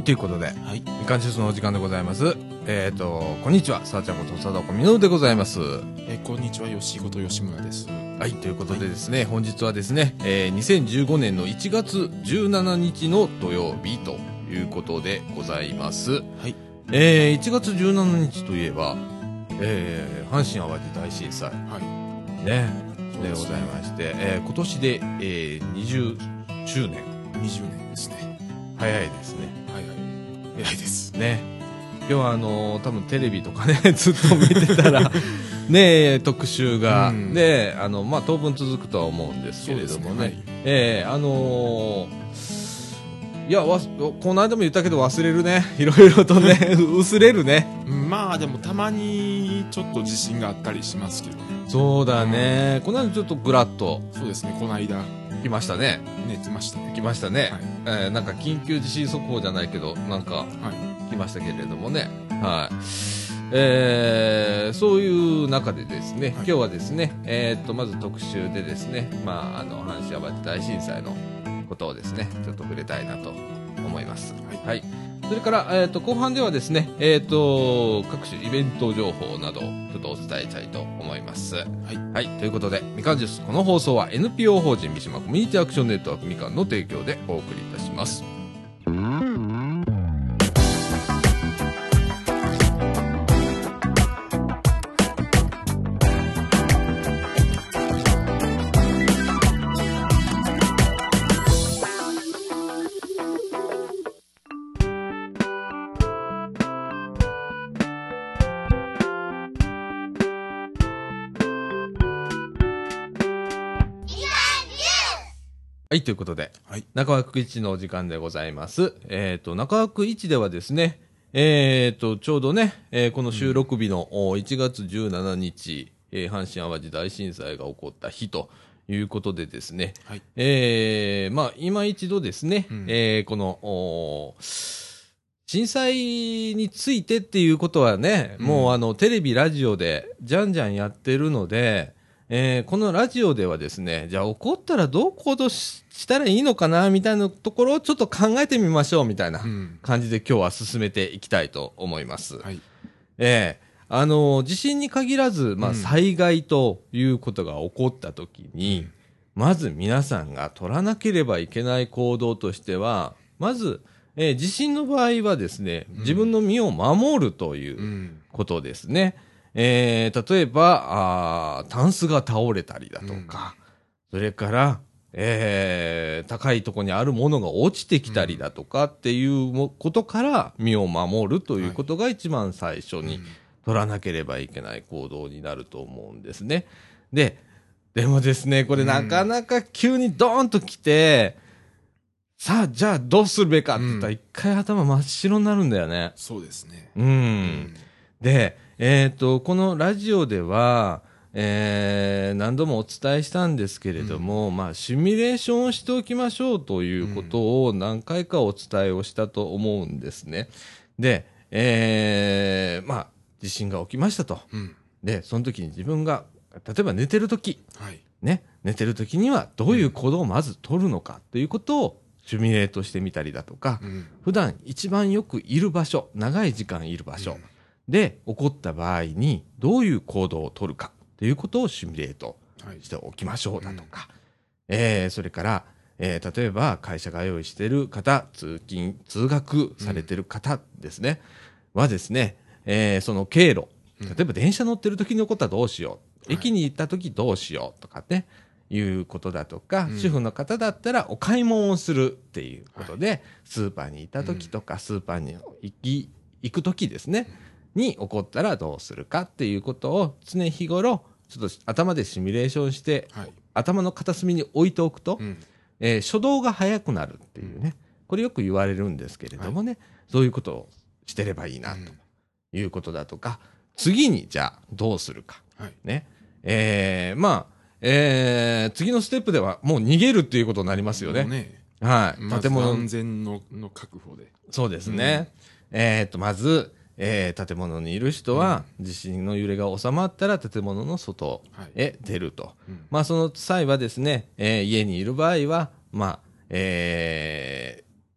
ということで、 はい。 みかんジュースのお時間でございます。こんにちは、さあちゃんこと佐藤みのるでございます。 こんにちは、吉こと吉村です。 はい、ということでですね、本日はですね、2015年の1月17日の土曜日ということでございます。 はい。 1月17日といえば、阪神・淡路大震災。 はい。 ね、 そうですねでございまして、今年で、20周年。 20年ですね。 早いですね。 はいはい。偉いです。 ね。今日は多分テレビとかね、ずっと見てたら、ね、特集が、で、まあ、当分続くとは思うんですけれどもね。いや、この間も言ったけど忘れるね。いろいろとね、薄れるね。 まあでもたまにちょっと自信があったりしますけどね。 そうだね。この間ちょっとグラッとそうですね、この間。 来ましたね。 来ましたね。 来ましたね。 はい。 なんか緊急地震速報じゃないけど、なんか、 はい。 来ましたけれどもね。はい。そういう中でですね、今日はですね、まず特集でですね、まあ、阪神・淡路大震災のことをですね、ちょっと触れたいなと思います。はい。それから、後半ではですね、各種イベント情報など、ちょっとお伝えしたいと思います。はい。はい。ということで、みかんジュース、この放送は NPO 法人三島コミュニティアクションネットワークみかんの提供でお送りいたします。はい、ということで、 はい。 中枠一のお時間でございます。中枠一ではですね、ちょうどね、この収録日の1月17日、阪神・淡路大震災が起こった日ということでですね、 はい。 まあ、今一度ですね、この、震災についてっていうことはね、もうテレビ、ラジオでじゃんじゃんやってるので、このラジオではですね、じゃあ起こったらどう行動したらいいのかなみたいなところをちょっと考えてみましょうみたいな感じで今日は進めていきたいと思います。 はい。 地震に限らず、まあ、災害ということが起こったときに、まず皆さんが取らなければいけない行動としては、まず、地震の場合はですね、自分の身を守るということですね。例えば、タンスが倒れたりだとか、それから、高いところにあるものが落ちてきたりだとかっていうことから身を守るということが一番最初に取らなければいけない行動になると思うんですね。でもですね、これなかなか急にドーンと来て、さあ、じゃあどうするべかって言ったら一回頭真っ白になるんだよね。 そうですね。 で、このラジオでは、何度もお伝えしたんですけれども、まあ、シミュレーションをしておきましょうということを何回かお伝えをしたと思うんですね。で、まあ、地震が起きましたと。で、その時に自分が、例えば寝てる時、ね、寝てる時にはどういう行動をまず取るのかということをシミュレートしてみたりだとか、普段一番よくいる場所、長い時間いる場所で起こった場合にどういう行動を取るかということをシミュレートしておきましょうだとか、それから、例えば会社が用意している方、通勤、通学されている方ですね、はですね、その経路、例えば電車乗ってる時のことはどうしよう、駅に行った時どうしようとかね、いうことだとか、主婦の方だったらお買い物をするっていうことで、スーパーに行った時とか、スーパーに行く時ですね、に起こったらどうするかっていうことを常日頃ちょっと頭でシミュレーションして、頭の片隅に置いておくと、初動が早くなるっていうね、これよく言われるんですけれどもね、そういうことをしてればいいなということだとか、次にじゃあどうするか、ね、まあ、次のステップではもう逃げるっていうことになりますよね。はい。 建物安全の確保で。 そうですね。まず、建物にいる人は、地震の揺れが収まったら建物の外へ出ると。まあその際はですね、家にいる場合は、まあ、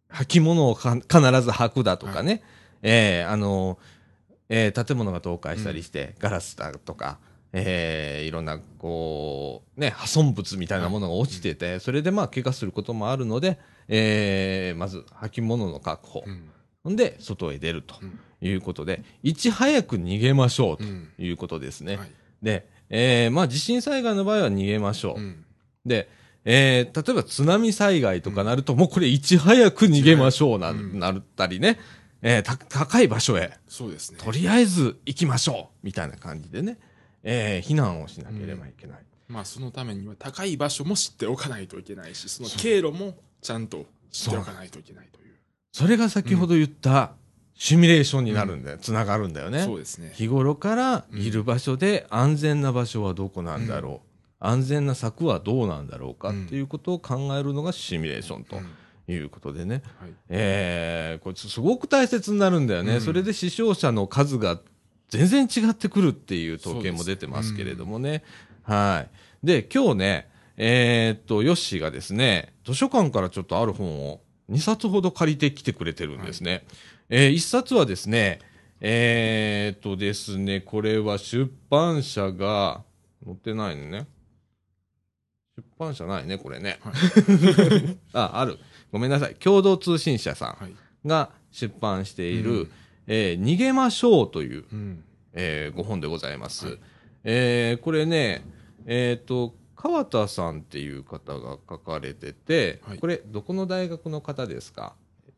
履物を必ず履くだとかね、建物が倒壊したりして、ガラスだとか、いろんな、こう、ね、破損物みたいなものが落ちてて、それでまあ、怪我することもあるので、まず、履物の確保。ほんで、外へ出るということで、いち早く逃げましょうということですね。で、まあ、地震災害の場合は逃げましょう。で、例えば津波災害とかなると、もうこれいち早く逃げましょうなったりね、高い場所へ、 そうですね。 とりあえず行きましょうみたいな感じでね、避難をしなければいけない。 まあそのためには高い場所も知っておかないといけないし、その経路もちゃんと知っておかないといけないという。 それが先ほど言ったシミュレーションになるんだよ、つながるんだよね。 そうですね。 日頃からいる場所で安全な場所はどこなんだろう。安全な策はどうなんだろうかっていうことを考えるのがシミュレーションということでね、これすごく大切になるんだよね、それで死傷者の数が全然違ってくるっていう統計も出てますけれどもね、はい。で、今日ね、ヨッシーがですね、図書館からちょっとある本を2冊ほど借りてきてくれてるんですね。1冊はですね、ですね、これは出版社が載ってないのね。出版社ないね、これね。ある。ごめんなさい。共同通信社さんが出版している、逃げましょうという、ご本でございます。これね、川田さんっていう方が書かれてて、これ、どこの大学の方ですか？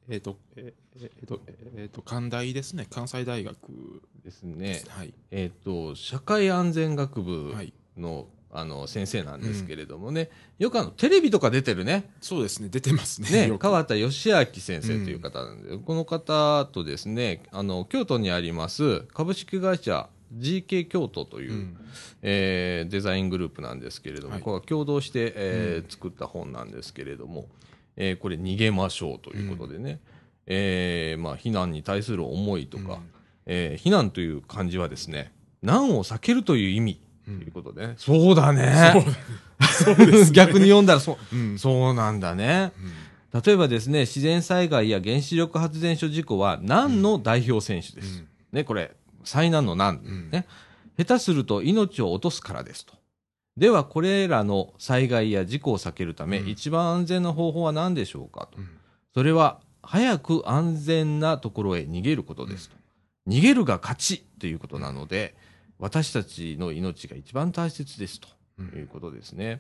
関大ですね。関西大学ですね。 はい。 社会安全学部の、先生なんですけれどもね、よくテレビとか出てるね。 そうですね、出てますね。 川田義明先生という方なんで、この方とですね、京都にあります株式会社 GK 京都という、デザイングループなんですけれども、これは共同して、作った本なんですけれども、これ逃げましょうということでね、まあ、避難に対する思いとか、避難という漢字はですね、難を避けるという意味ということでね、そうだね。そうですね。逆に読んだらそうなんだね。例えばですね、自然災害や原子力発電所事故は難の代表選手です。ね、これ、災難の難、ね。下手すると命を落とすからですと。では、これらの災害や事故を避けるため、一番安全な方法は何でしょうかと。それは、早く安全なところへ逃げることですと。逃げるが勝ちということなので、私たちの命が一番大切ですということですね。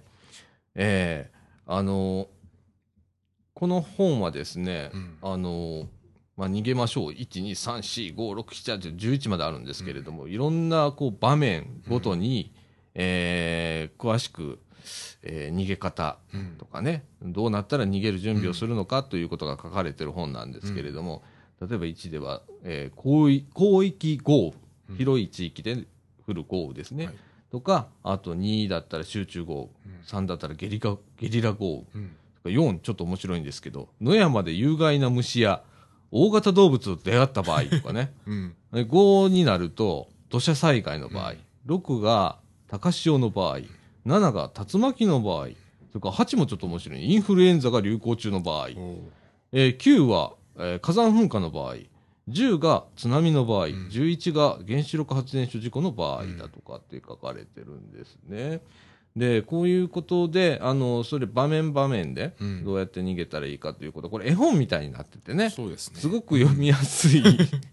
この本はですね、まあ、逃げましょう。1、2、3、4、5、6、7、8、11まであるんですけれども、いろんなこう場面ごとに、詳しく、逃げ方とかね、どうなったら逃げる準備をするのかということが書かれている本なんですけれども、例えば1では、広域豪雨、広い地域で降る豪雨ですね、とか、あと2だったら集中豪雨、3だったらゲリラ豪雨、とか4ちょっと面白いんですけど、野山で有害な虫や大型動物と出会った場合とかね、5になると土砂災害の場合、6が高潮の場合、7が竜巻の場合、それから8もちょっと面白い、インフルエンザが流行中の場合、9は、火山噴火の場合、10が津波の場合、11が原子力発電所事故の場合だとかって書かれてるんですね。で、こういうことで、それ場面場面でどうやって逃げたらいいかということ、これ絵本みたいになっててね、 そうですね。 すごく読みやすい。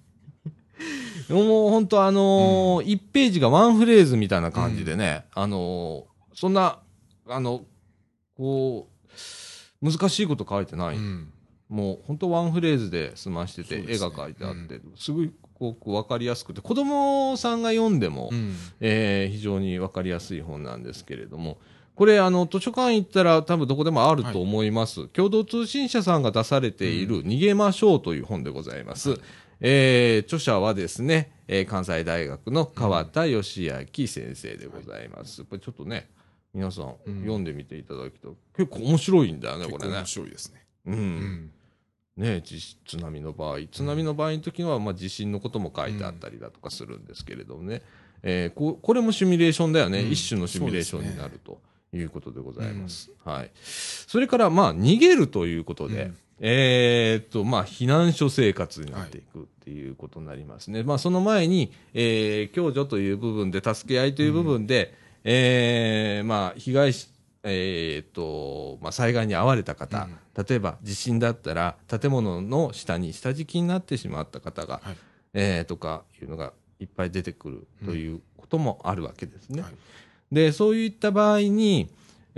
もう本当1ページがワンフレーズみたいな感じでね、そんな、こう、難しいこと書いてない。もう本当ワンフレーズで済ましてて、絵が描いてあって、すごいこう分かりやすくて、子供さんが読んでも、非常に分かりやすい本なんですけれども、これ図書館行ったら多分どこでもあると思います。共同通信社さんが出されている逃げましょうという本でございます。著者はですね、関西大学の川田義明先生でございます。これちょっとね、皆さん読んでみていただくと、結構面白いんだよね、これね。 面白いですね。 ね、津波の場合の時は、まあ、地震のことも書いてあったりだとかするんですけれどもね、これもシミュレーションだよね、一種のシミュレーションになるということでございます。はい。それから、まあ、逃げるということで、 避難所生活になっていくっていうことになりますね。その前に、共助という部分で、助け合いという部分で、被害し、災害に遭われた方、例えば地震だったら、建物の下に下敷きになってしまった方が、とかいうのがいっぱい出てくるということもあるわけですね。で、そういった場合に、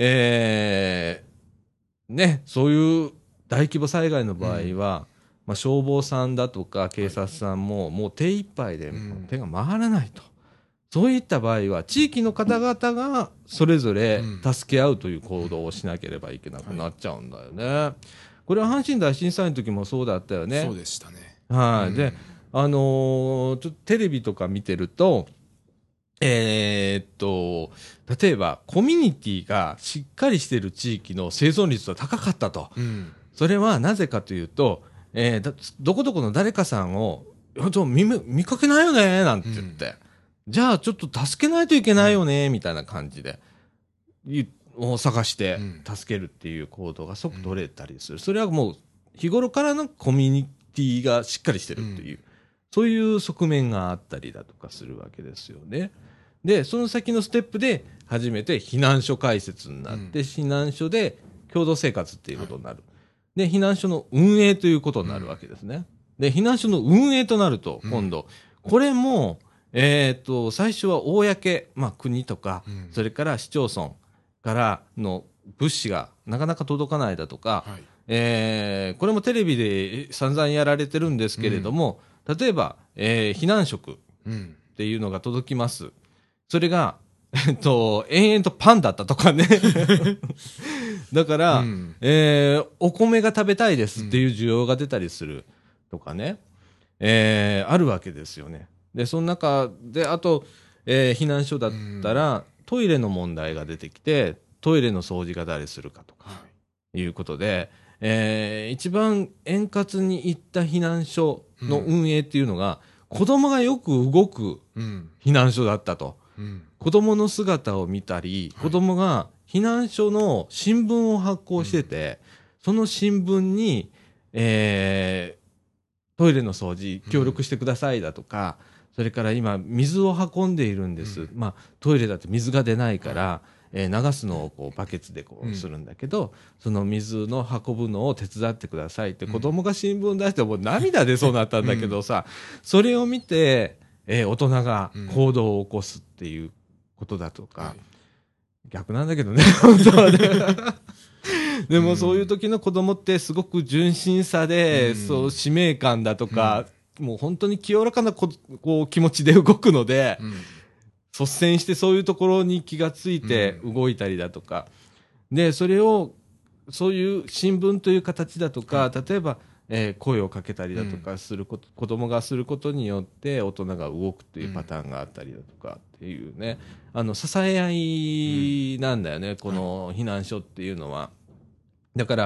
そういう大規模災害の場合は、消防さんだとか警察さんももう手一杯で手が回らないと。そういった場合は地域の方々がそれぞれ助け合うという行動をしなければいけなくなっちゃうんだよね。これは阪神大震災の時もそうだったよね。 そうでしたね。 はい。で、ちょっとテレビとか見てると、例えばコミュニティがしっかりしている地域の生存率は高かったと。それはなぜかというと、どこどこの誰かさんを見かけないよねなんて言って、じゃあちょっと助けないといけないよねみたいな感じでを探して助けるっていう行動が即取れたりする。それはもう日頃からのコミュニティがしっかりしてるっていう、そういう側面があったりだとかするわけですよね。で、その先のステップで初めて避難所開設になって、避難所で共同生活っていうことになる。で、避難所の運営ということになるわけですね。で、避難所の運営となると、今度、これも、最初は公、国とか、それから市町村からの物資がなかなか届かないだとか、これもテレビで散々やられてるんですけれども、例えば、避難食っていうのが届きます。それが、延々とパンだったとかね。だから、お米が食べたいですっていう需要が出たりするとかね、あるわけですよね。で、その中で、あと、避難所だったら、トイレの問題が出てきて、トイレの掃除が誰するかとか、いうことで、一番円滑にいった避難所の運営っていうのが、子供がよく動く避難所だったと。子供の姿を見たり、子供が避難所の新聞を発行してて、その新聞に、トイレの掃除協力してくださいだとか、それから今水を運んでいるんです。トイレだと水が出ないから、流すのをこうバケツでこうするんだけど、その水の運ぶのを手伝ってくださいって子供が新聞出してもう涙出そうになったんだけどさ、それを見て、大人が行動を起こすっていうことだとか、逆なんだけどね、本当はね。でもそういう時の子供ってすごく純真さで、そう使命感だとか、もう本当に清らかなこう気持ちで動くので、率先してそういうところに気がついて動いたりだとか、で、それを、そういう新聞という形だとか、例えば、声をかけたりだとかすること、子供がすることによって大人が動くというパターンがあったりだとかっていうね、支え合いなんだよね、この避難所っていうのは。だから、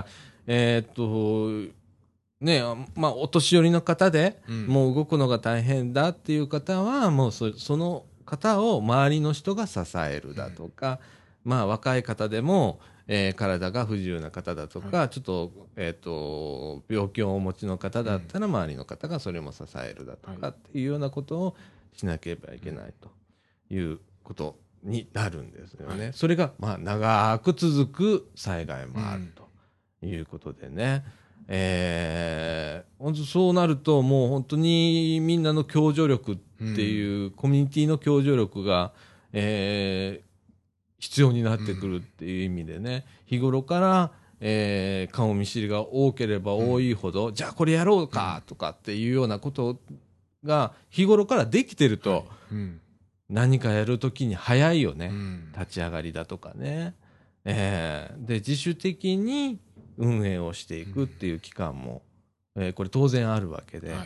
お年寄りの方で、もう動くのが大変だっていう方は、もうその方を周りの人が支えるだとか、若い方でも、体が不自由な方だとか、ちょっと、病気をお持ちの方だったら、周りの方がそれも支えるだとかっていうようなことをしなければいけないということになるんですよね。それが、長く続く災害もあるということでね。本当そうなると、もう本当にみんなの共助力っていう、コミュニティの共助力が、必要になってくるっていう意味でね、日頃から、顔見知りが多ければ多いほど、じゃあこれやろうかとかっていうようなことが日頃からできてると、何かやるときに早いよね、立ち上がりだとかね。で、自主的に運営をしていくっていう期間も、これ当然あるわけで、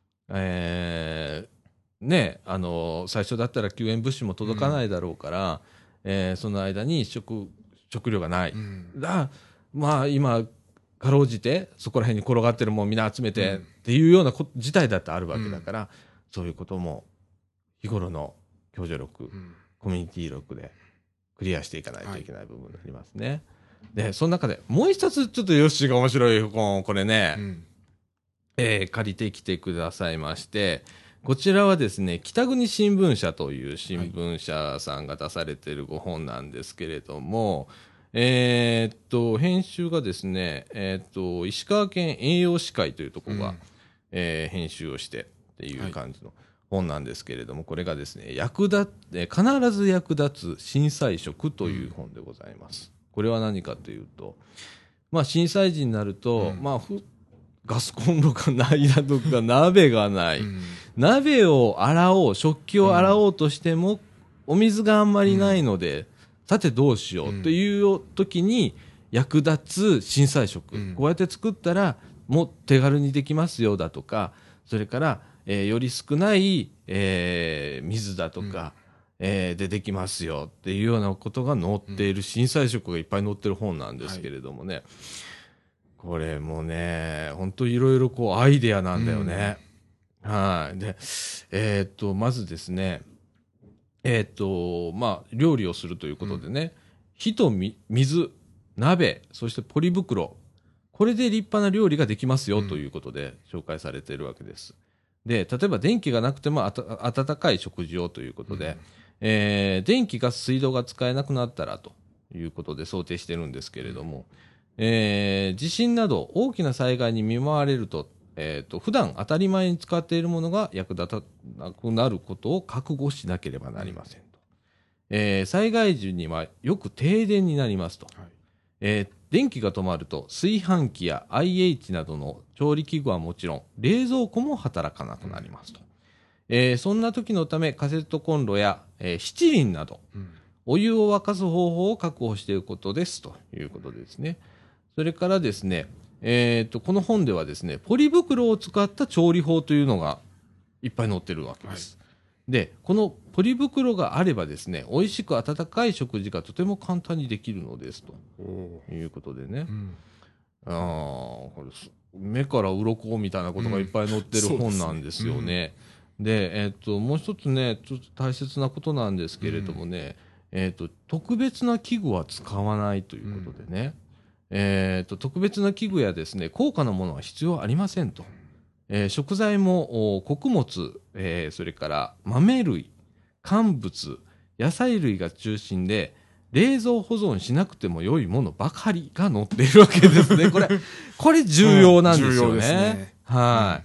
最初だったら救援物資も届かないだろうから、その間に食料がない。今、かろうじて、そこら辺に転がってるもんみんな集めてっていうような事態だってあるわけだから、そういうことも日頃の共助力、コミュニティ力でクリアしていかないといけない部分になりますね。 で、その中でもう一つちょっとヨッシーが面白い本、これね、借りてきてくださいまして、こちらはですね、北国新聞社という新聞社さんが出されているご本なんですけれども、編集がですね、石川県栄養士会というところが、編集をしてっていう感じの本なんですけれども、これがですね、必ず役立つ震災食という本でございます。これは何かというと、まあ震災時になると、まあガスコンロがないだとか、鍋がない。鍋を洗おう、食器を洗おうとしても、お水があんまりないので、さてどうしようという時に役立つ震災食、こうやって作ったらもう手軽にできますよだとか、それから、より少ない、水だとか、でできますよっていうようなことが載っている震災食がいっぱい載ってる本なんですけれどもね、これもね、本当いろいろこうアイデアなんだよね。はい。で、まずですね、まあ、料理をするということでね、火と水、鍋、そしてポリ袋、これで立派な料理ができますよということで紹介されているわけです。で、例えば電気がなくても温かい食事をということで、電気、ガス、水道が使えなくなったらということで想定してるんですけれども、地震など大きな災害に見舞われると、普段当たり前に使っているものが役立たなくなることを覚悟しなければなりませんと。災害時にはよく停電になりますと。電気が止まると炊飯器や IH などの調理器具はもちろん冷蔵庫も働かなくなりますと。そんな時のためカセットコンロや、七輪など、お湯を沸かす方法を確保していることですということですね。それからですね、この本ではですね、ポリ袋を使った調理法というのがいっぱい載ってるわけです。で、このポリ袋があればですね、美味しく温かい食事がとても簡単にできるのですということでね。これ目から鱗みたいなことがいっぱい載ってる本なんですよね。で、もう一つね、ちょっと大切なことなんですけれどもね、特別な器具は使わないということでね、特別な器具やですね、高価なものは必要ありませんと。食材も穀物、それから豆類、乾物、野菜類が中心で、冷蔵保存しなくても良いものばかりが載っているわけですね。これ重要なんですよね。重要ですね。はい。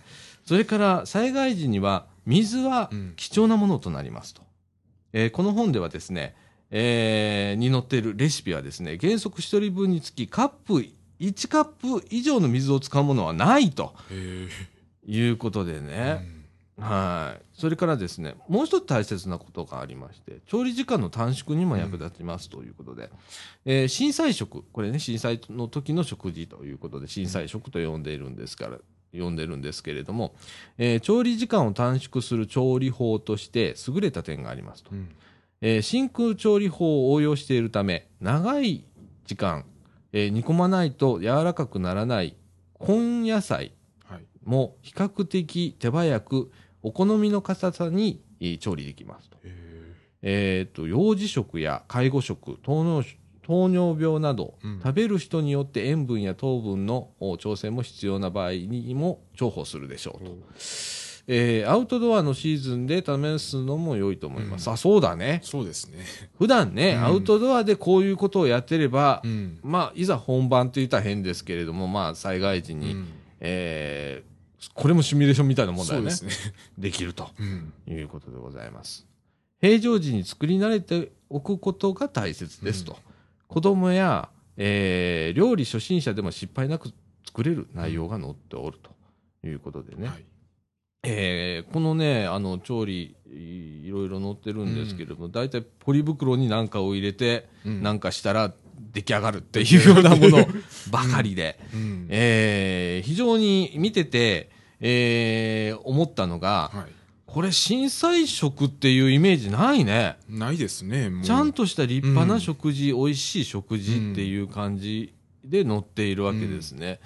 それから災害時には水は貴重なものとなりますと。この本ではですね、に載っているレシピはですね、原則1人分につき1カップ以上の水を使うものはないということでね、はい。それからですね、もう一つ大切なことがありまして、調理時間の短縮にも役立ちますということで、震災食、これね、震災の時の食事ということで、震災食と呼んでるんですけれども、調理時間を短縮する調理法として優れた点がありますと。真空調理法を応用しているため、長い時間、煮込まないと柔らかくならない根野菜も比較的手早くお好みの硬さに調理できますと。幼児食や介護食、糖尿病など、食べる人によって塩分や糖分の調整も必要な場合にも重宝するでしょうと。アウトドアのシーズンで試すのも良いと思います。そうだね。 そうですね。 普段ね、アウトドアでこういうことをやってれば、まあ、いざ本番と言ったら変ですけれども、まあ、災害時に、これもシミュレーションみたいなもんだよね。そうですね。できるということでございます。平常時に作り慣れておくことが大切ですと。子供や、料理初心者でも失敗なく作れる内容が載っておるということでね。このね、調理、いろいろ載ってるんですけれども、大体ポリ袋に何かを入れて、なんかしたら出来上がるっていうようなものばかりで、非常に見てて、思ったのが、これ震災食っていうイメージないね。 ないですね。 ちゃんとした立派な食事、美味しい食事っていう感じで載っているわけですね。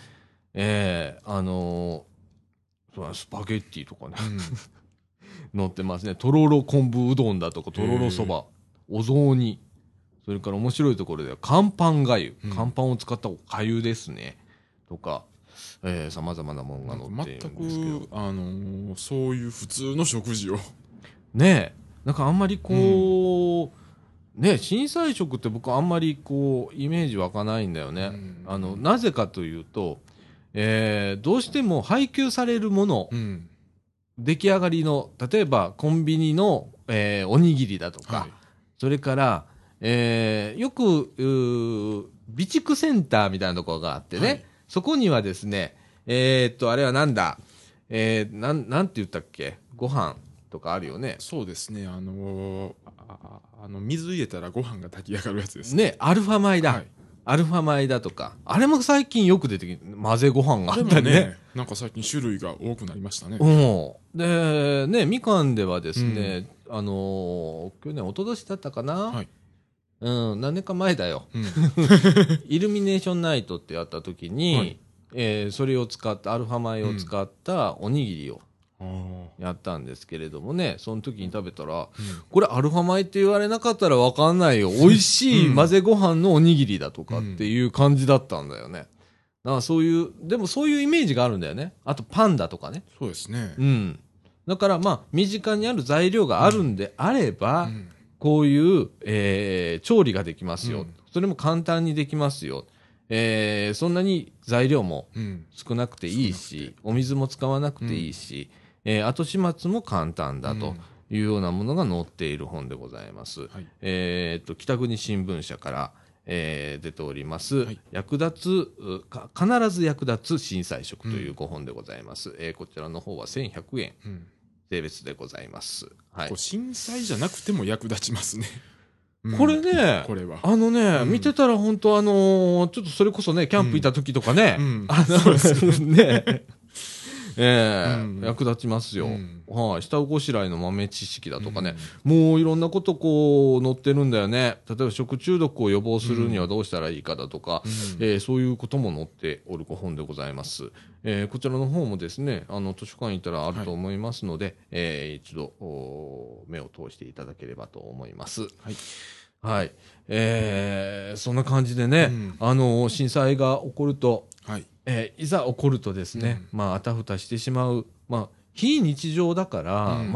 スパゲッティとかね、載ってますね。とろろ昆布うどんだとか、とろろそば、お雑煮、 それから面白いところでは乾パンがゆ、乾パンを使ったおかゆですねとか、さまざまなものが載っているんですけど、 全く、そういう普通の食事をねえ、なんかあんまりこう、ね、震災食って僕あんまりこうイメージ湧かないんだよね。なぜかというと、どうしても配給されるもの、出来上がりの、例えばコンビニの、おにぎりだとか、それから、よく備蓄センターみたいなところがあってね、そこにはですね、あれはなんだ、なんて言ったっけ、ご飯とかあるよね。 そうですね、水入れたらご飯が炊き上がるやつですね、アルファ米だ。 はい、 アルファ米だとか、あれも最近よく出てきて、混ぜご飯があったりね。 ね、なんか最近種類が多くなりましたね。 で、ね、みかんではですね、去年、一昨年だったかな、何年か前だよ。イルミネーションナイトってやった時に、それを使った、アルファ米を使ったおにぎりをやったんですけれどもね、その時に食べたら、これアルファ米って言われなかったらわかんないよ。美味しい混ぜご飯のおにぎりだとかっていう感じだったんだよね。だからそういう、でもそういうイメージがあるんだよね。あとパンだとかね。 そうですね。 だからまあ、身近にある材料があるんであれば、こういう、調理ができますよ。それも簡単にできますよ。そんなに材料も少なくていいし、お水も使わなくていいし、後始末も簡単だというようなものが載っている本でございます。北国新聞社から、出ております、必ず役立つ震災食という5本でございます。こちらの方は1100円。税別でございます。 震災じゃなくても役立ちますね。 これね、見てたら本当ちょっとそれこそね、キャンプ行った時とかね、役立ちますよ。下ごしらえの豆知識だとかね、もういろんなことこう載ってるんだよね。例えば食中毒を予防するにはどうしたらいいかだとか、そういうことも載っておるご本でございます。こちらの方もですね、図書館行ったらあると思いますので、一度目を通していただければと思います。そんな感じでね、震災が起こると、いざ起こるとですね、あたふたしてしまう、非日常だから、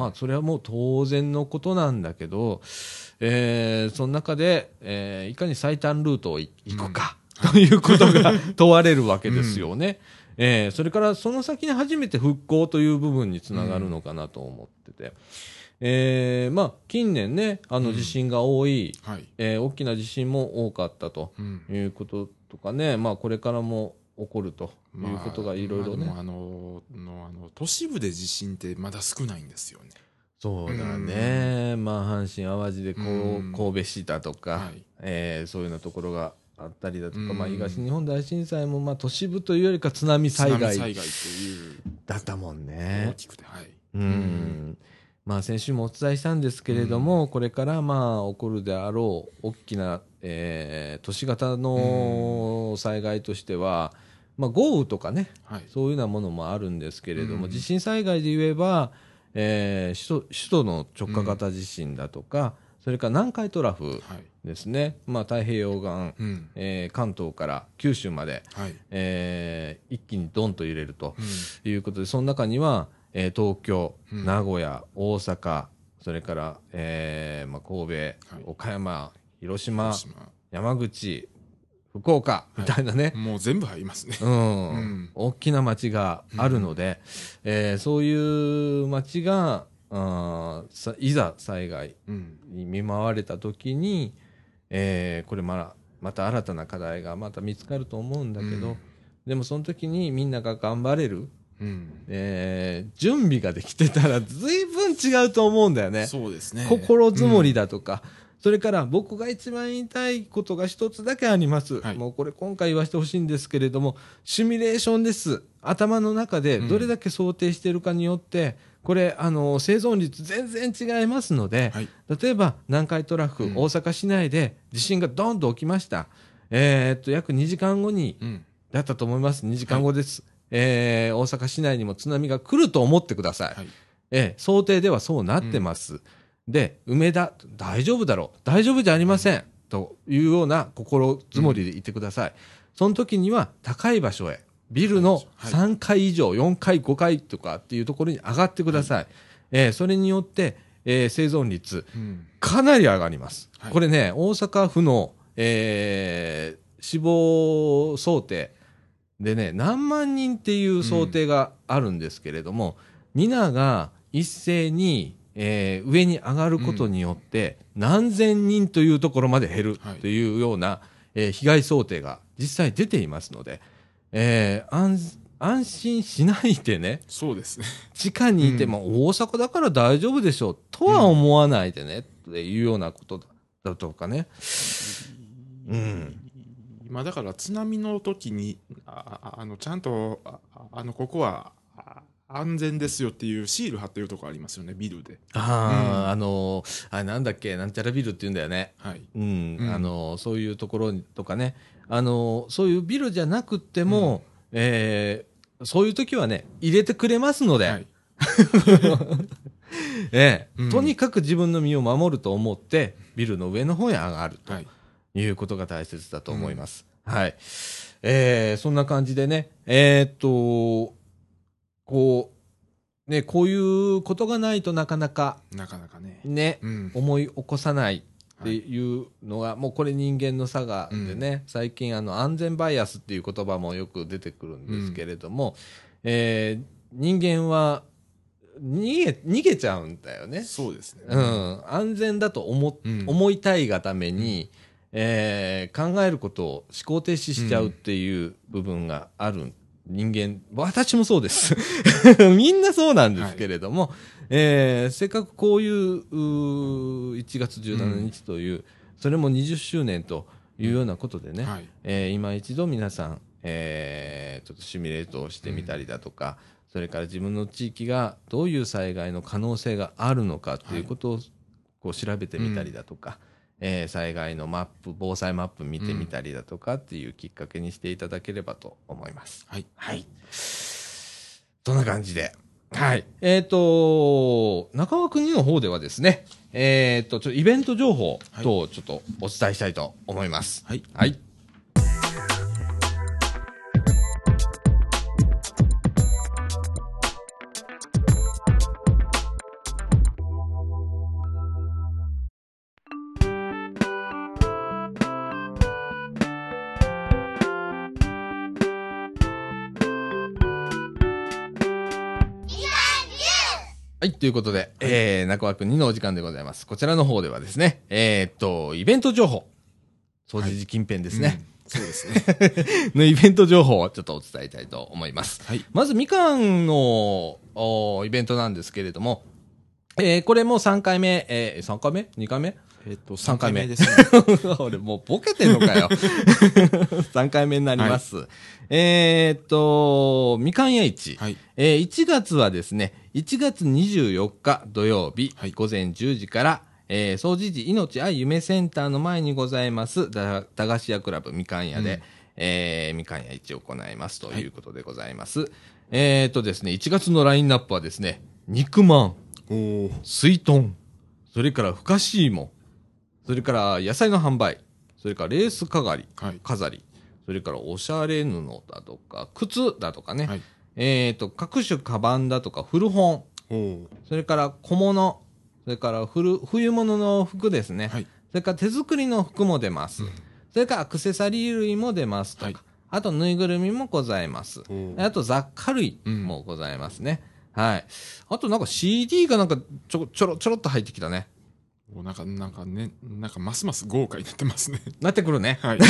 それはもう当然のことなんだけど、その中で、いかに最短ルートを行くか、ということが問われるわけですよね。それからその先に初めて復興という部分につながるのかなと思ってて、近年ね、地震が多い、大きな地震も多かったということとかね、これからも起こるということがいろいろね。 都市部で地震ってまだ少ないんですよね。 そうだね。阪神淡路で神戸市だとか、そういうようなところがあったりだとか、東日本大震災も都市部というよりか津波災害だったもんね。 大きくて、 先週もお伝えしたんですけれども、これから起こるであろう大きな、都市型の災害としては、豪雨とかね、そういうようなものもあるんですけれども、地震災害で言えば、首都の直下型地震だとか、それから南海トラフですね、太平洋岸、関東から九州まで、一気にドンと揺れるということで、その中には、東京、名古屋、大阪、それから、神戸、岡山、広島、山口、福岡みたいなね、 もう全部入りますね。 大きな町があるので、そういう町がいざ災害に見舞われた時に、これまた新たな課題がまた見つかると思うんだけど、でもその時にみんなが頑張れる、準備ができてたら随分違うと思うんだよね。 そうですね。 心づもりだとか、それから僕が一番言いたいことが一つだけあります。もうこれ今回言わせてほしいんですけれども、シミュレーションです。頭の中でどれだけ想定しているかによって、これ生存率全然違いますので、例えば南海トラフ、大阪市内で地震がドンと起きました。約2時間後に、だったと思います。2時間後です。大阪市内にも津波が来ると思ってください。想定ではそうなってます。で、梅田、大丈夫だろう。大丈夫じゃありません。 というような心づもりでいてください。その時には高い場所へ、ビルの3階以上、4階、5階とかっていうところに上がってください。それによって、生存率、かなり上がります。これね、大阪府の、死亡想定でね、何万人っていう想定があるんですけれども、皆が一斉に、上に上がることによって、何千人というところまで減るというような、被害想定が実際出ていますので、安心しないでね、 そうですね。 地下にいても、大阪だから大丈夫でしょうとは思わないでね、っていうようなことだとかね。 今だから津波の時にちゃんとここは安全ですよっていうシール貼ってるとこありますよね、ビルで。 あれなんだっけ、なんちゃらビルって言うんだよね。 はい。 そういうところとかね、そういうビルじゃなくても、そういう時はね、入れてくれますので、はいとにかく自分の身を守ると思って、ビルの上の方へ上がるということが大切だと思います。はい。そんな感じでね、こういうことがないとなかなかね、思い起こさないっていうのが、もうこれ人間の差がでね、最近安全バイアスっていう言葉もよく出てくるんですけれども、人間は逃げちゃうんだよね。 そうですね。 安全だと思いたいがために、考えることを思考停止しちゃうっていう部分がある人間、私もそうです。みんなそうなんですけれども、せっかくこういう1月17日という、それも20周年というようなことでね、今一度皆さん、ちょっとシミュレートをしてみたりだとか、それから自分の地域がどういう災害の可能性があるのかということをこう調べてみたりだとか、災害のマップ、防災マップ見てみたりだとかっていうきっかけにしていただければと思います。はい。はい。そんな感じで。はい。中川国の方ではですね、ちょっとイベント情報とちょっとお伝えしたいと思います。はい。はい。はい、ということで、中川くん2のお時間でございます。こちらの方ではですね、イベント情報、総除寺近辺ですね。 そうですね。 のイベント情報をちょっとお伝えしたいと思います。はい、まず、みかんのイベントなんですけれども、これも3回目、3回目 ?2 回目3回目ですね。俺もうボケてんのかよ。3回目になります。はい、みかん屋市。はい、1月はですね、1月24日土曜日、はい、午前10時から、総除寺命愛夢センターの前にございます、駄菓子屋クラブみかん屋で、みかん屋市を行いますということでございます。はい、ですね、1月のラインナップはですね、肉まん、水豚、それからふかし芋、それから野菜の販売、それからレース飾り、それからおしゃれ布だとか、靴だとかね、はい、各種カバンだとか古本、それから小物、それから冬物の服ですね、はい、それから手作りの服も出ます。それからアクセサリー類も出ますとか、はい、あとぬいぐるみもございます。あと雑貨類もございますね。はい。あとなんか CD がなんかちょろっと入ってきたね。 なんかね、なんかますます豪華になってますね。 なってくるね。はい。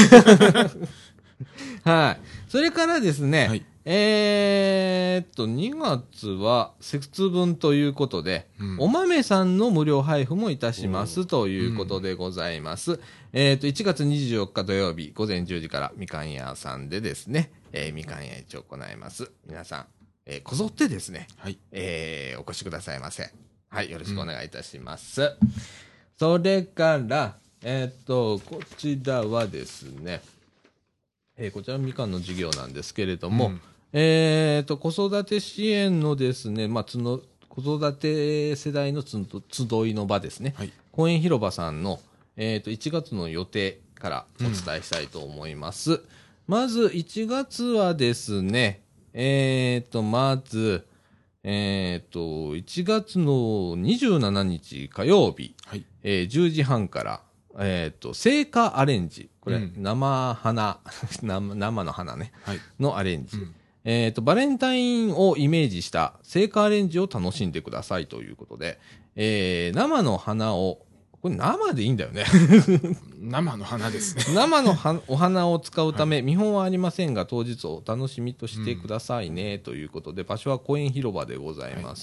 はい。それからですね、はい、2月は節分ということで、お豆さんの無料配布もいたしますということでございます。1月24日土曜日午前10時からみかん屋さんでですね、みかん屋市を行います。皆さん、こぞってですね、はい、お越しくださいませ。はい、よろしくお願いいたします。それから、こちらはですね、こちらみかんの事業なんですけれども、子育て支援のですね、子育て世代の集いの場ですね、はい、公園広場さんの、 1月の予定からお伝えしたいと思います。まず1月はですね、まず、1月の27日火曜日、 はい。 10時半から、聖火アレンジ。これ、 うん生花、生の花ね、 はい。 のアレンジ。 うんバレンタインをイメージした聖火アレンジを楽しんでくださいということで、生の花を、これ生でいいんだよね。 生の花ですね。 生のお花を使うため、見本はありませんが、当日お楽しみとしてくださいね、ということで、場所は公園広場でございます。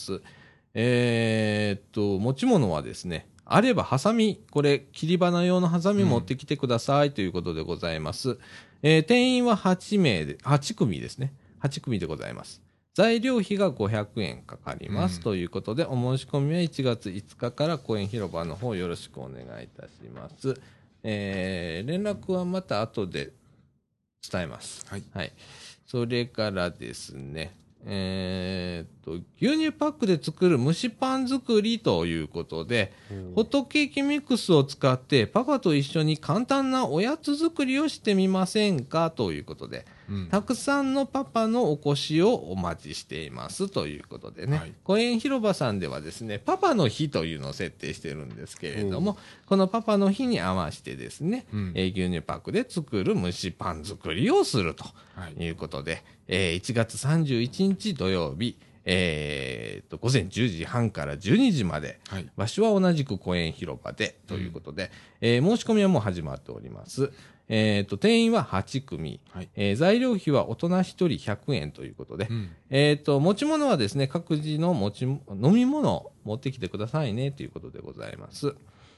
持ち物はですね、あればハサミ、これ、切り花用のハサミ持ってきてくださいということでございます。定員は8組ですね。8組でございます。材料費が500円かかりますということで、お申し込みは1月5日から公園広場の方よろしくお願いいたします。連絡はまた後で伝えます。 はい。 はい。それからですね、牛乳パックで作る蒸しパン作りということで、ホットケーキミックスを使ってパパと一緒に簡単なおやつ作りをしてみませんかということで、たくさんのパパのお越しをお待ちしていますということでね、 はい公園広場さんではですね、パパの日というのを設定してるんですけれども、このパパの日に合わせてですね、牛乳パックで作る蒸しパン作りをするということで、1月31日土曜日、午前10時半から12時まで、 はい。 場所は同じく公園広場でということで、申し込みはもう始まっております。定員は8組、 はい材料費は大人1人100円ということで、持ち物はですね、各自の飲み物を持ってきてくださいねということでございます。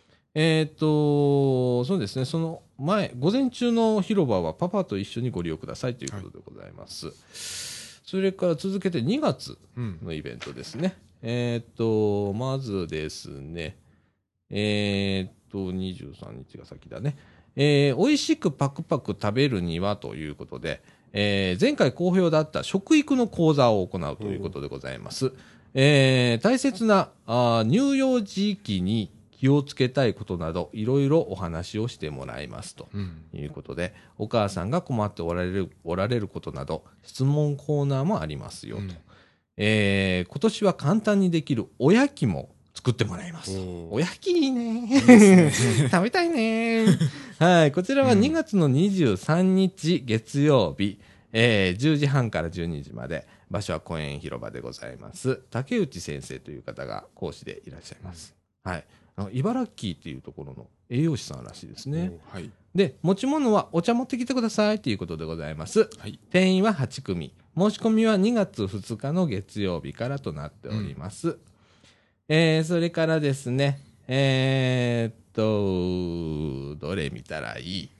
そうですね、その前、午前中の広場はパパと一緒にご利用くださいということでございます。それから続けて2月のイベントですね。まずですね、23日が先だね。美味しくパクパク食べるにはということで、前回好評だった食育の講座を行うということでございます。大切な乳幼児期に気をつけたいことなど、いろいろお話をしてもらいますということで、お母さんが困っておられることなど、質問コーナーもありますよと。今年は簡単にできるおやきも作ってもらいます。おやきいいね。食べたいね。はい。こちらは2月の23日月曜日、10時半から12時まで、場所は公園広場でございます。竹内先生という方が講師でいらっしゃいます。はい。茨城っていうところの栄養士さんらしいですね。 はい。 で、持ち物はお茶持ってきてくださいということでございます。 はい。 定員は8組。申し込みは2月2日の月曜日からとなっております。それからですね、どれ見たらいい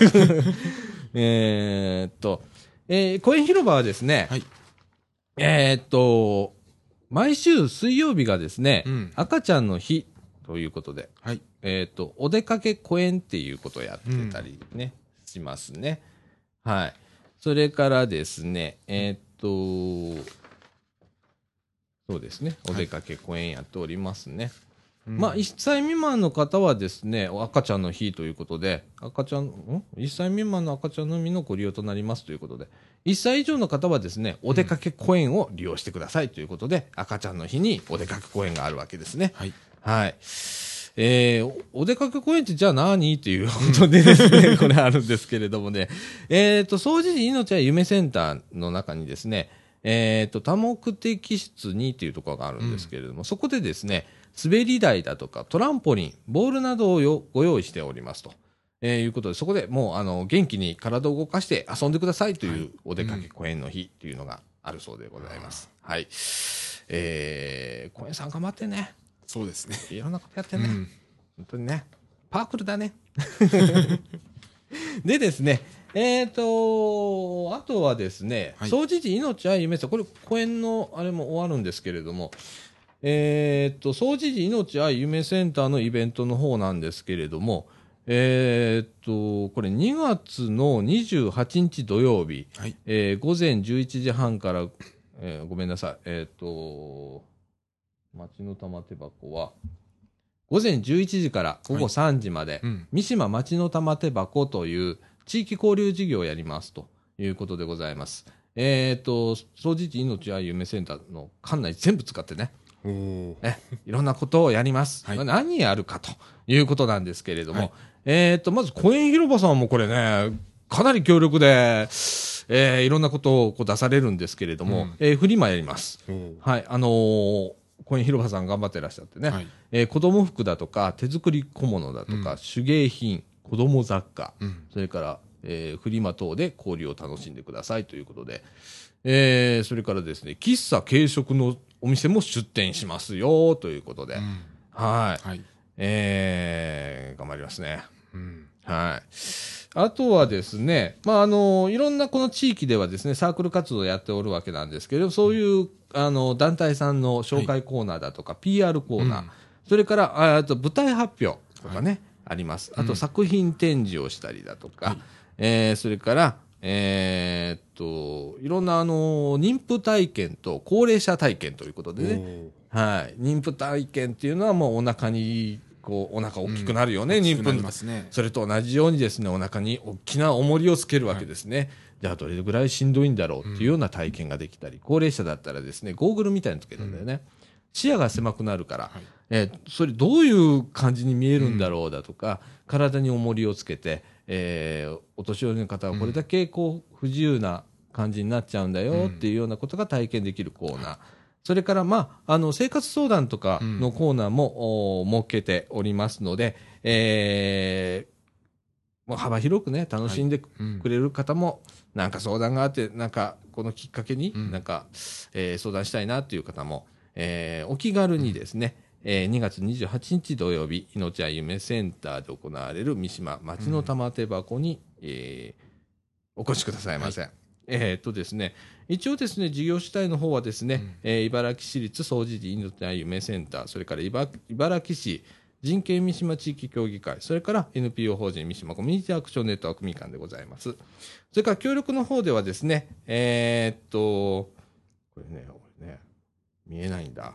公園広場はですね、 はい。 毎週水曜日がですね、赤ちゃんの日ということで、 はい。 お出かけ公園っていうことをやってたりね、しますね。はい。それからですね、そうですね、お出かけ公園やっておりますね。まあ、1歳未満の方はですね、赤ちゃんの日ということで、1歳未満の赤ちゃんのみのご利用となりますということで、1歳以上の方はですね、お出かけ公園を利用してくださいということで、赤ちゃんの日にお出かけ公園があるわけですね。 はい。 はい。お出かけ公園ってじゃあ何っていうことでですね、これあるんですけれどもね、総除時命は夢センターの中にですね、多目的室にというところがあるんですけれども、そこでですね、滑り台だとかトランポリン、ボールなどをご用意しておりますと。いうことで、そこでもう元気に体を動かして遊んでくださいというお出かけ公園の日というのがあるそうでございます。はい。公園さん頑張ってね。 そうですね。 いろんなことやってね。本当にね。パワフルだね。でですね、あとはですね、総除時命は夢さん、これ公園のあれも終わるんですけれども、総除時命は夢センターのイベントの方なんですけれども、これ2月の28日土曜日、午前11時半から、ごめんなさい、町の玉手箱は、 午前11時から午後3時まで、三島町の玉手箱という地域交流事業をやりますということでございます。総除時命や夢センターの館内全部使ってね、いろんなことをやります。何やるかということなんですけれども、まず公園広場さんもこれね、かなり強力で、いろんなことをこう出されるんですけれども、フリマやります。はい、公園広場さん頑張ってらっしゃってね、子供服だとか手作り小物だとか、手芸品、子供雑貨、それから、フリマ等で交流を楽しんでくださいということで、それからですね、喫茶軽食のお店も出店しますよということで、はい、頑張りますね。はい。あとはですね、いろんなこの地域ではですね、サークル活動をやっておるわけなんですけれど、そういう、団体さんの紹介コーナーだとか、PR コーナー、それから、あと舞台発表とかね、あります。あと作品展示をしたりだとか、それから、いろんな妊婦体験と高齢者体験ということでね、はい。妊婦体験っていうのはもうお腹に、こうお腹大きくなるよね、妊婦の、それと同じようにですね、お腹に大きな重りをつけるわけですね。じゃあどれぐらいしんどいんだろうっていうような体験ができたり、高齢者だったらですね、ゴーグルみたいなのつけるんだよね。視野が狭くなるから、それどういう感じに見えるんだろうだとか、体に重りをつけて、お年寄りの方はこれだけこう不自由な感じになっちゃうんだよっていうようなことが体験できるコーナー。それから、生活相談とかのコーナーも、設けておりますので、幅広くね、楽しんでくれる方も、なんか相談があって、なんかこのきっかけに、なんか、相談したいなという方も、お気軽にですね、2月28日土曜日、命あゆめセンターで行われる三島町の玉手箱に、お越しくださいませ。ですね、一応ですね、事業主体の方はですね、茨城市立総除時命あゆめセンター、それから茨城市人権三島地域協議会、それから NPO 法人三島コミュニティアクションネットワークみかんでございます。それから協力の方ではですね、これね、見えないんだ。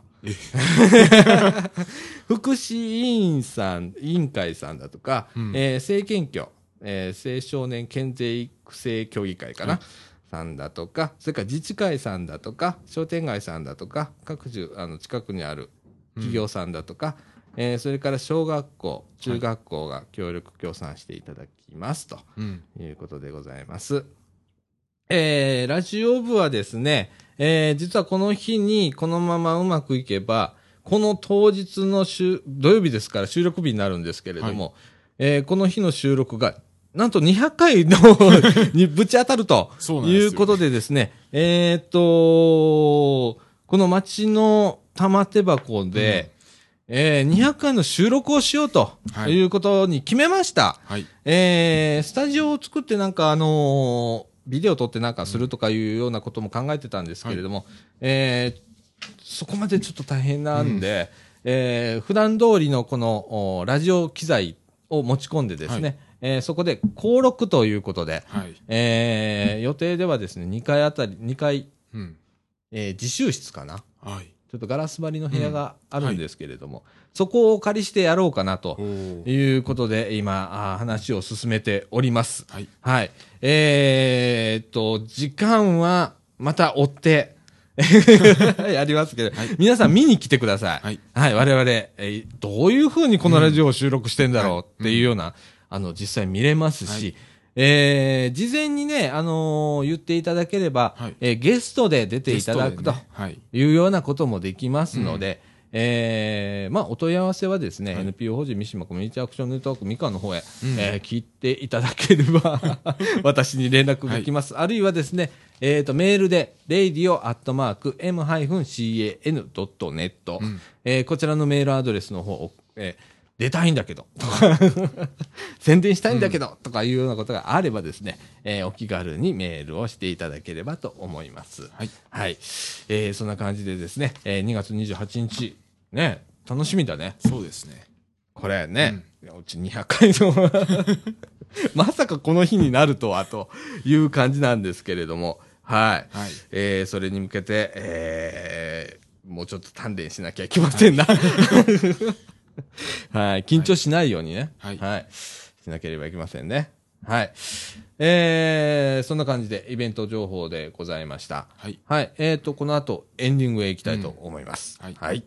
福祉委員会さんだとか、青健協、青少年健全育成協議会かな、さんだとか、それから自治会さんだとか、商店街さんだとか、各種近くにある企業さんだとか、それから小学校、中学校が協力協賛していただきますということでございます。ラジオ部はですね、実はこの日にこのままうまくいけば、この当日の土曜日ですから収録日になるんですけれども、この日の収録がなんと200回のにぶち当たるということでですね、この町の玉手箱で、200回の収録をしようということに決めました。スタジオを作ってなんかビデオ撮ってなんかするとかいうようなことも考えてたんですけれども、そこまでちょっと大変なんで、普段通りのこのラジオ機材を持ち込んでですね、そこで登録ということで、予定ではですね、2階、自習室かな。ちょっとガラス張りの部屋があるんですけれども、そこをお借りしてやろうかなということで、今、話を進めております。時間はまた追って、やりますけど、皆さん見に来てください。我々、どういうふうにこのラジオを収録してんだろうっていうような、実際見れますし、事前にね、言っていただければ、ゲストで出ていただくというようなこともできますので、お問い合わせはですね、NPO 法人三島コミュニティアクションネットワークみかんの方へ、聞いていただければ、私に連絡が来ます。あるいはですね、メールで、radio@m-can.net、こちらのメールアドレスの方を、出たいんだけど、とか宣伝したいんだけど、とかいうようなことがあればですね、お気軽にメールをしていただければと思います。そんな感じでですね、2月28日、ね、楽しみだね。 そうですね。 これね、うち200回の、まさかこの日になるとは、という感じなんですけれども、それに向けて、もうちょっと鍛錬しなきゃいけませんな。 はい。緊張しないようにね。 はいはい。しなければいけませんね。はい。そんな感じでイベント情報でございました。 はい。 はい。この後エンディングへ行きたいと思います。 はい。 はい。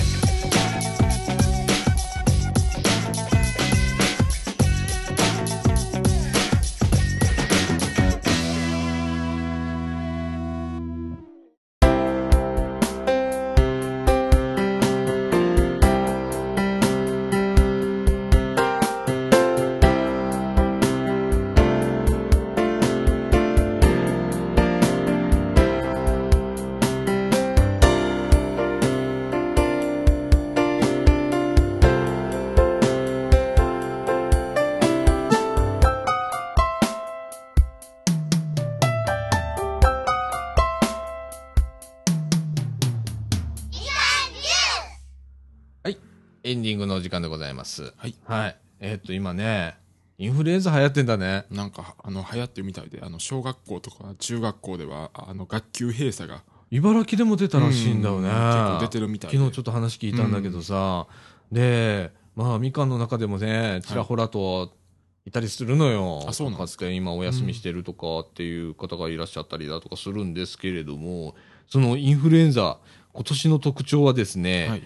エンディングのお時間でございます。 はい。 はい。今ね、インフルエンザ流行ってんだね。 なんか、流行ってるみたいで、小学校とか中学校では、学級閉鎖が。 茨城でも出たらしいんだよね。 結構出てるみたいで。 昨日ちょっと話聞いたんだけどさ、で、まあ、みかんの中でもね、ちらほらといたりするのよ。 あ、そうなんですか。 かつて今お休みしてるとかっていう方がいらっしゃったりだとかするんですけれども、そのインフルエンザ、今年の特徴はですね、 はい。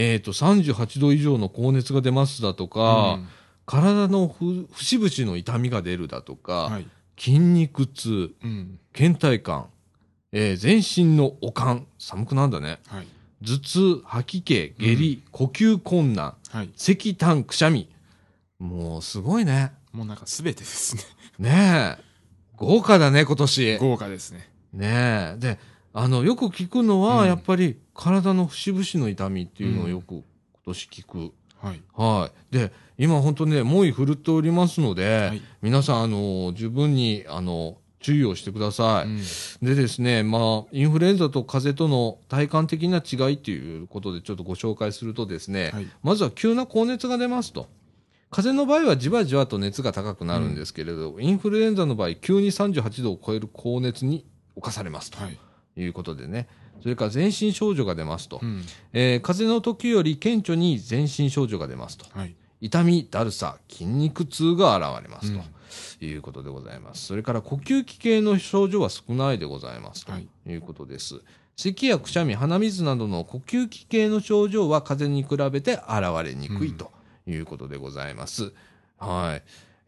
38度以上の高熱が出ますだとか、体の節々の痛みが出るだとか、 はい。 筋肉痛、倦怠感、全身の悪寒、寒くなんだね。 はい。 頭痛、吐き気、下痢、呼吸困難、 はい。 咳痰、くしゃみ。もうすごいね。 もうなんか全てですね。 ねえ。豪華だね、今年。 豪華ですね。 ねえ。で、よく聞くのは、やっぱり体の節々の痛みっていうのをよく今年聞く。 はい。 はい。で、今本当ね、猛威振るっておりますので、 はい。 皆さん、十分に、注意をしてください。でですね、まあ、インフルエンザと風邪との体感的な違いっていうことでちょっとご紹介するとですね、 はい。 まずは急な高熱が出ますと。風邪の場合はじわじわと熱が高くなるんですけれど、インフルエンザの場合、急に38度を超える高熱に侵されますと。 はい。 いうことでね。それから全身症状が出ますと。 うん。 風邪の時より顕著に全身症状が出ますと。 はい。 痛み、だるさ、筋肉痛が現れますということでございます。それから呼吸器系の症状は少ないでございますということです。咳やくしゃみ、鼻水などの呼吸器系の症状は風邪に比べて現れにくいということでございます。はい。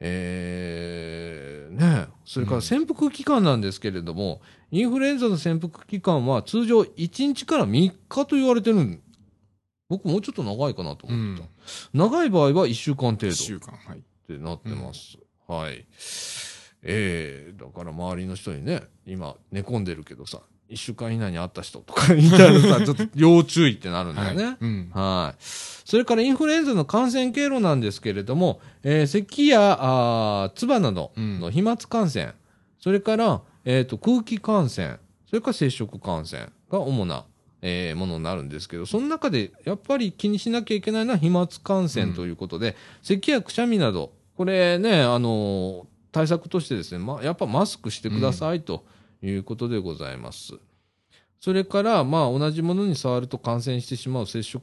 ね、それから潜伏期間なんですけれども、インフルエンザの潜伏期間は通常1日から3日と言われてるん。僕もうちょっと長いかなと思ってた。長い場合は1週間程度。1 週間、はい。 ってなってます。はい。だから周りの人にね、今寝込んでるけどさ、1週間以内に会った人とかいたらさ、ちょっと要注意ってなるんだよね。はい。はい。それからインフルエンザの感染経路なんですけれども、咳や唾などの飛沫感染、それから、空気感染、それから接触感染が主な、ものになるんですけど、その中でやっぱり気にしなきゃいけないのは飛沫感染ということで、咳やくしゃみなど、これね、対策としてですね、やっぱマスクしてくださいということでございます。それから、まあ、同じものに触ると感染してしまう接触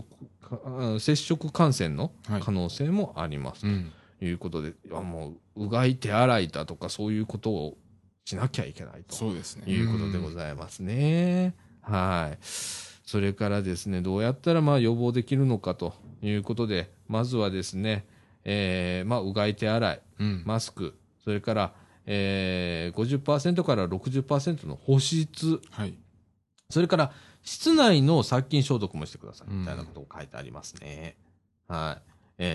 感染の可能性もありますということで、もう、うがい手洗いだとかそういうことをしなきゃいけないということでございますね。はい。それからですね、どうやったらまあ予防できるのかということで、まずはですね、まあ、うがい手洗い、マスク、それから、50% から 60% の保湿、はい、それから室内の殺菌消毒もしてくださいみたいなことを書いてありますね。はい。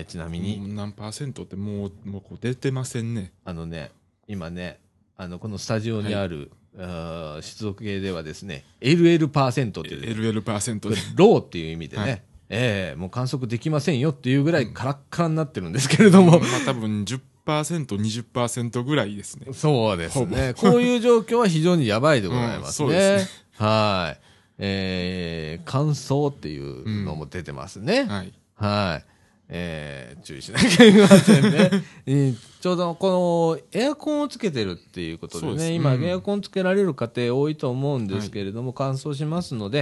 ちなみに。 何%ってもうこう出てませんね。 今ね、このスタジオにある、湿度計ではですね、LL% っていう、ね。 LL% で。 ローっていう意味でね、はい、もう観測できませんよっていうぐらいカラッカラになってるんですけれども。 まあ多分10%、20% ぐらいですね。 そうですね。こういう状況は非常にやばいでございますね。そうですね。はい。乾燥っていうのも出てますね。はい。はい。注意しなきゃいけませんね。ちょうどこのエアコンをつけてるっていうことでね、今エアコンつけられる家庭多いと思うんですけれども、乾燥しますので、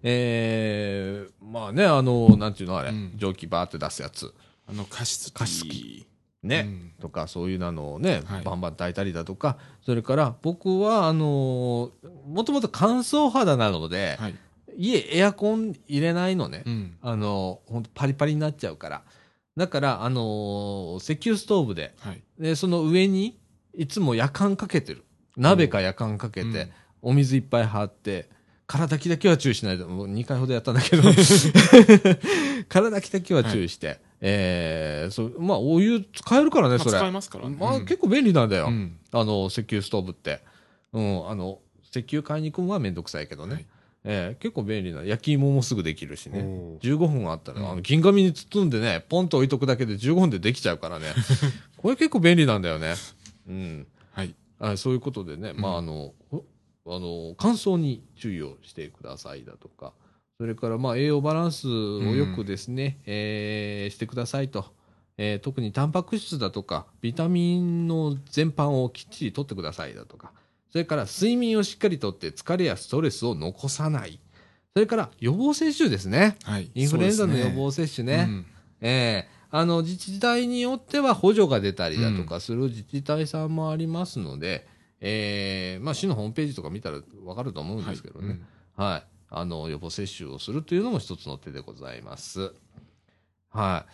まあね、なんていうのあれ、蒸気バーって出すやつ。 加湿器。 ね、とか、そういうのをね、 はい、 バンバン炊いたりだとか、それから僕は、もともと乾燥肌なので、 はい、 家エアコン入れないのね。ほんとパリパリになっちゃうから。だから、石油ストーブで、 はい、 で、その上に、いつも夜間かけてる。鍋か夜間かけて、お水いっぱい張って、体炊きだけは注意しないと、もう2回ほどやったんだけど、体炊きだけは注意して、まあ、お湯使えるからね、それ。 使えますからね。 まあ、結構便利なんだよ。石油ストーブって。石油買いに行くのはめんどくさいけどね。結構便利な。焼き芋もすぐできるしね。15分あったら、銀紙に包んでね、ポンと置いとくだけで15分でできちゃうからね。これ結構便利なんだよね。はい。そういうことでね、まあ、乾燥に注意をしてくださいだとか、それからまあ栄養バランスをよくですね、してくださいと、特にタンパク質だとかビタミンの全般をきっちりとってくださいだとか、それから睡眠をしっかりとって疲れやストレスを残さない、それから予防接種ですね、インフルエンザの予防接種ね、自治体によっては補助が出たりだとかする自治体さんもありますので、まあ、市のホームページとか見たら分かると思うんですけどね。はい。予防接種をするというのも一つの手でございます。はい。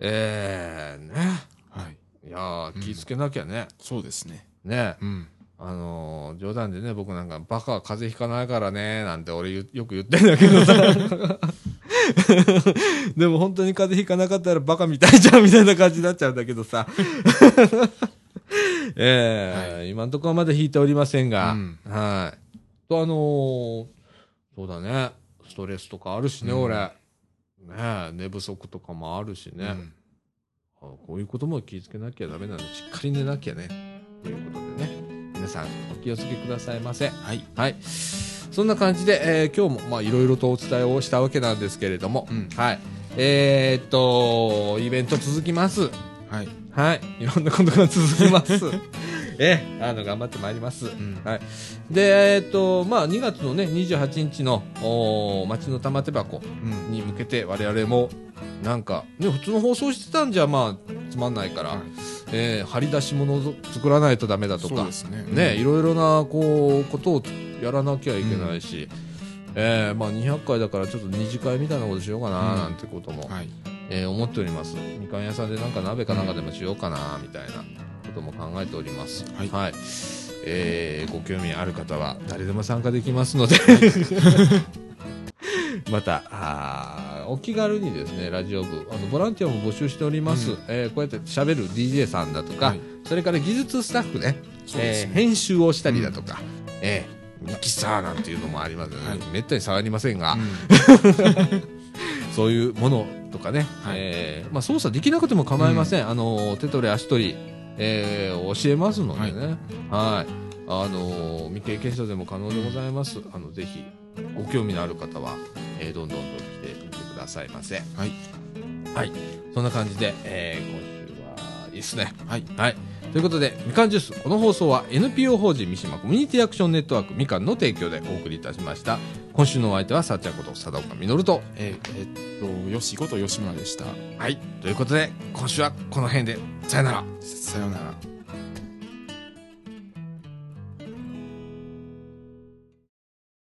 ね。はい。いやー、気ぃつけなきゃね。 そうですね。 ね。冗談でね、僕なんか、バカは風邪ひかないからね、なんて俺よく言ってんだけどさ。でも本当に風邪ひかなかったらバカみたいじゃん、みたいな感じになっちゃうんだけどさ。今のところはまだ引いておりませんが、はい。と、そうだね、ストレスとかあるしね、俺。ね、寝不足とかもあるしね。こういうことも気をつけなきゃダメなので、しっかり寝なきゃね。ということでね、皆さんお気をつけくださいませ。はい。はい。そんな感じで、今日もまあいろいろとお伝えをしたわけなんですけれども、はい。イベント続きます。はい。はい。いろんなことが続きます。頑張ってまいります。はい。で、まあ、2月のね、28日の、町の玉手箱に向けて、我々も、なんか、ね、普通の放送してたんじゃ、まあ、つまんないから、張り出し物を作らないとダメだとか、ね、いろいろな、ことをやらなきゃいけないし、まあ、200回だからちょっと二次会みたいなことしようかな、なんてことも、思っております。みかん屋さんでなんか鍋かなんかでもしようかな、みたいなことも考えております。はい。はい。ご興味ある方は誰でも参加できますので、また、お気軽にですね、ラジオ部、ボランティアも募集しております。こうやって喋る DJ さんだとか、それから技術スタッフね、編集をしたりだとか、ミキサーなんていうのもありますので、めったに触りませんが、そういうものとかね、まあ、操作できなくても構いません。手取り足取り、教えますのでね、はい。未経験者でも可能でございます。ぜひ、ご興味のある方は、どんどんと来てみてくださいませ。はい。はい。そんな感じで、今週はいいですね。はい。はい。ということで、みかんジュース、この放送は NPO 法人三島コミュニティアクションネットワークみかんの提供でお送りいたしました。今週のお相手は、さっちゃんこと佐岡実と、 よしこと吉村でした。 はい。ということで、今週はこの辺で、さよなら。 さよなら。